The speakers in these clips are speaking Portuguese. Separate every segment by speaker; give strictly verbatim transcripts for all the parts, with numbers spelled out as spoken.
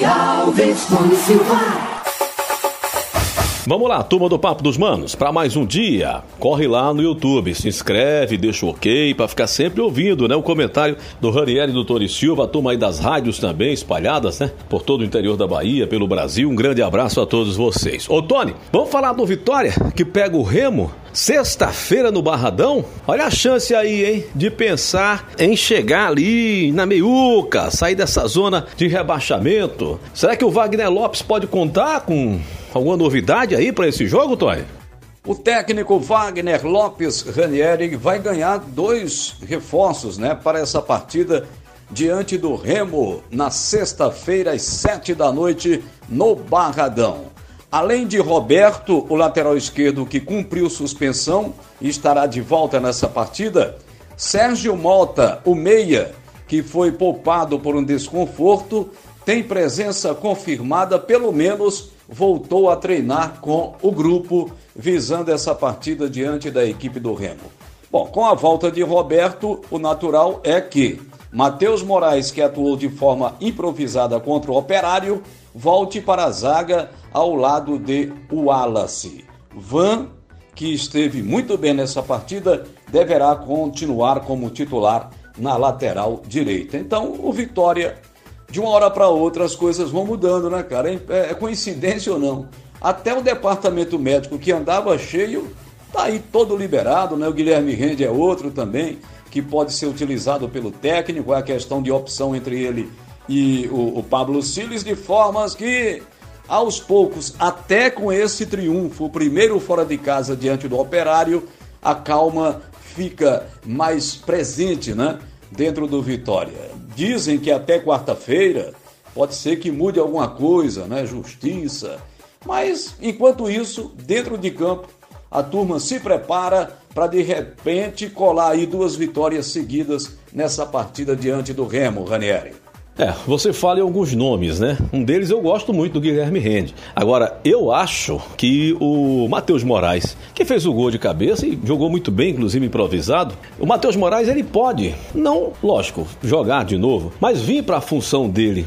Speaker 1: Tony Alves, Tony Silva.
Speaker 2: Vamos lá, turma do Papo dos Manos, para mais um dia. Corre lá no YouTube, se inscreve, deixa o ok, para ficar sempre ouvindo, né, o comentário do Ranieri e do Tony Silva, a turma aí das rádios também espalhadas, né, por todo o interior da Bahia, pelo Brasil. Um grande abraço a todos vocês. Ô Tony, vamos falar do Vitória, que pega o Remo sexta-feira no Barradão? Olha a chance aí, hein, de pensar em chegar ali na meiuca, sair dessa zona de rebaixamento. Será que o Wagner Lopes pode contar com alguma novidade aí para esse jogo, Tony?
Speaker 3: O técnico Wagner Lopes Ranieri vai ganhar dois reforços, né, para essa partida diante do Remo na sexta-feira às sete da noite no Barradão. Além de Roberto, o lateral esquerdo que cumpriu suspensão e estará de volta nessa partida, Sérgio Mota, o meia, que foi poupado por um desconforto, tem presença confirmada, pelo menos voltou a treinar com o grupo, visando essa partida diante da equipe do Remo. Bom, com a volta de Roberto, o natural é que Matheus Moraes, que atuou de forma improvisada contra o Operário, volte para a zaga ao lado de Wallace. Van, que esteve muito bem nessa partida, deverá continuar como titular na lateral direita. Então, o Vitória, de uma hora para outra, as coisas vão mudando, né, cara? É coincidência ou não? Até o departamento médico, que andava cheio, tá aí todo liberado, né? O Guilherme Rende é outro também, que pode ser utilizado pelo técnico. É a questão de opção entre ele e o, o Pablo Siles, de formas que, aos poucos, até com esse triunfo, o primeiro fora de casa diante do Operário, a calma fica mais presente, né, dentro do Vitória. Dizem que até quarta-feira pode ser que mude alguma coisa, né, justiça. Mas, enquanto isso, dentro de campo, a turma se prepara para, de repente, colar aí duas vitórias seguidas nessa partida diante do Remo, Ranieri.
Speaker 2: É, você fala em alguns nomes, né? Um deles eu gosto muito, do Guilherme Rende. Agora, eu acho que o Matheus Moraes, que fez o gol de cabeça e jogou muito bem, inclusive improvisado, o Matheus Moraes, ele pode, não, lógico, jogar de novo, mas vir para a função dele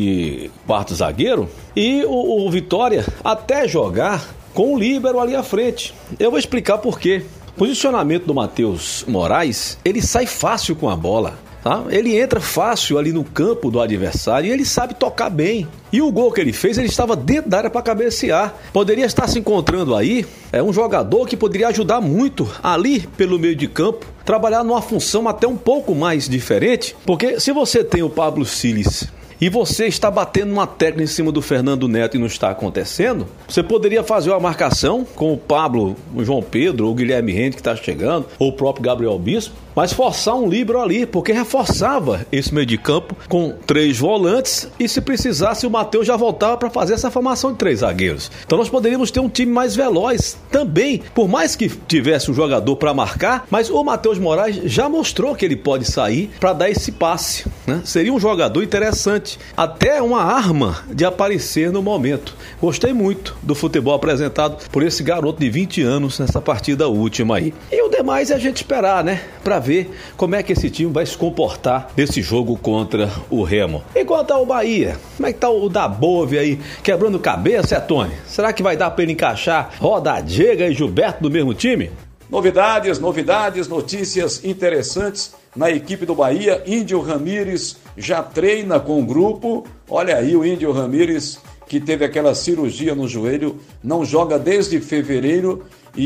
Speaker 2: de quarto zagueiro e o, o Vitória até jogar com o líbero ali à frente. Eu vou explicar por quê. O posicionamento do Matheus Moraes, ele sai fácil com a bola. Tá? Ele entra fácil ali no campo do adversário e ele sabe tocar bem. E o gol que ele fez, ele estava dentro da área para cabecear. Poderia estar se encontrando aí é um jogador que poderia ajudar muito ali pelo meio de campo, trabalhar numa função até um pouco mais diferente, porque se você tem o Pablo Siles e você está batendo uma tecla em cima do Fernando Neto e não está acontecendo, você poderia fazer uma marcação com o Pablo, o João Pedro, ou o Guilherme Rende que está chegando, ou o próprio Gabriel Bispo, mas forçar um líbero ali, porque reforçava esse meio de campo com três volantes e, se precisasse, o Matheus já voltava para fazer essa formação de três zagueiros. Então nós poderíamos ter um time mais veloz também, por mais que tivesse um jogador para marcar, mas o Matheus Moraes já mostrou que ele pode sair para dar esse passe, né? Seria um jogador interessante, até uma arma de aparecer no momento. Gostei muito do futebol apresentado por esse garoto de vinte anos nessa partida última aí. E o demais é a gente esperar, né? Para ver como é que esse time vai se comportar nesse jogo contra o Remo. Enquanto ao Bahia, como é que tá o da Bove aí, quebrando cabeça, é, Tony? Será que vai dar para ele encaixar Roda Diego e Gilberto do mesmo time?
Speaker 3: Novidades, novidades, notícias interessantes na equipe do Bahia. Índio Ramírez já treina com o grupo. Olha aí o Índio Ramírez, que teve aquela cirurgia no joelho, não joga desde fevereiro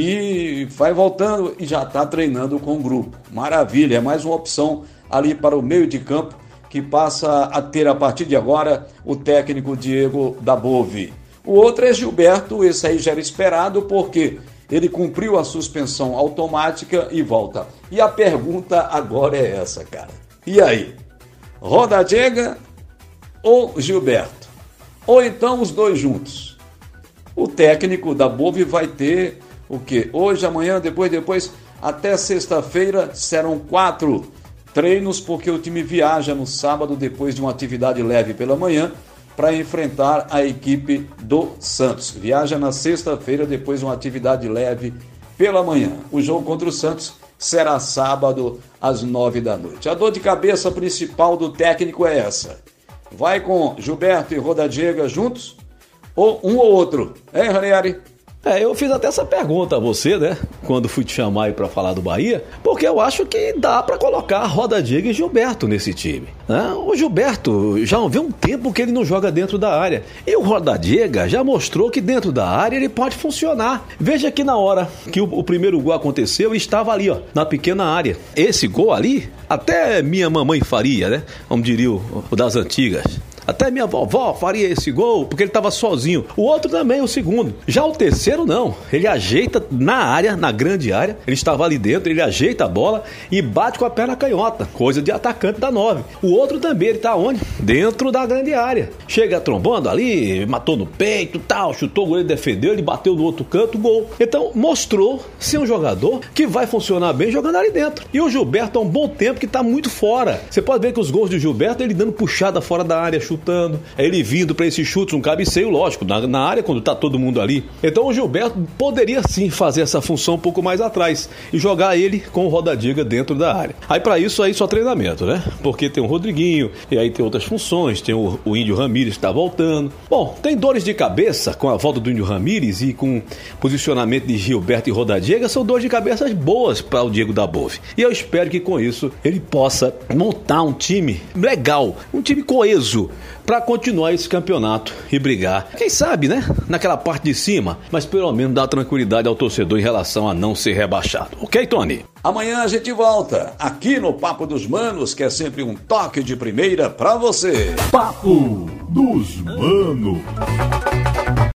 Speaker 3: e vai voltando e já está treinando com o grupo. Maravilha, é mais uma opção ali para o meio de campo que passa a ter a partir de agora o técnico Diego Dabove. O outro é Gilberto, esse aí já era esperado porque ele cumpriu a suspensão automática e volta. E a pergunta agora é essa, cara. E aí? Roda Diego ou Gilberto? Ou então os dois juntos? O técnico Dabove vai ter o quê? Hoje, amanhã, depois, depois, até sexta-feira serão quatro treinos, porque o time viaja no sábado depois de uma atividade leve pela manhã para enfrentar a equipe do Santos. Viaja na sexta-feira depois de uma atividade leve pela manhã. O jogo contra o Santos será sábado às nove da noite. A dor de cabeça principal do técnico é essa: vai com Gilberto e Rodadiega juntos? Ou um ou outro? Hein, Ranieri?
Speaker 2: É, eu fiz até essa pergunta a você, né? Quando fui te chamar aí pra falar do Bahia, porque eu acho que dá pra colocar Rodadiega e Gilberto nesse time, né? O Gilberto já vê um tempo que ele não joga dentro da área. E o Rodadiega já mostrou que dentro da área ele pode funcionar. Veja que na hora que o, o primeiro gol aconteceu, ele estava ali, ó, na pequena área. Esse gol ali, até minha mamãe faria, né? Como diria o, o das antigas. Até minha vovó faria esse gol, porque ele estava sozinho. O outro também, o segundo. Já o terceiro, não. Ele ajeita na área, na grande área. Ele estava ali dentro, ele ajeita a bola e bate com a perna canhota. Coisa de atacante da nove. O outro também, ele está onde? Dentro da grande área. Chega trombando ali, matou no peito, tal, chutou, o goleiro defendeu, ele bateu no outro canto, gol. Então, mostrou ser um jogador que vai funcionar bem jogando ali dentro. E o Gilberto há um bom tempo que está muito fora. Você pode ver que os gols do Gilberto, ele dando puxada fora da área, chutando, ele vindo para esses chutes, um cabeceio, lógico, na, na área quando tá todo mundo ali. Então o Gilberto poderia sim fazer essa função um pouco mais atrás e jogar ele com o Rodadiega dentro da área. Aí para isso aí só treinamento, né? Porque tem o Rodriguinho, e aí tem outras funções, tem o, o Índio Ramírez que tá voltando. Bom, tem dores de cabeça com a volta do Índio Ramírez e com posicionamento de Gilberto e Rodadiega, são dores de cabeça boas para o Diego Dabove. E eu espero que com isso ele possa montar um time legal, um time coeso, para continuar esse campeonato e brigar, quem sabe, né, naquela parte de cima, mas pelo menos dar tranquilidade ao torcedor em relação a não ser rebaixado. Ok, Tony?
Speaker 3: Amanhã a gente volta aqui no Papo dos Manos, que é sempre um toque de primeira para você.
Speaker 4: Papo dos Manos.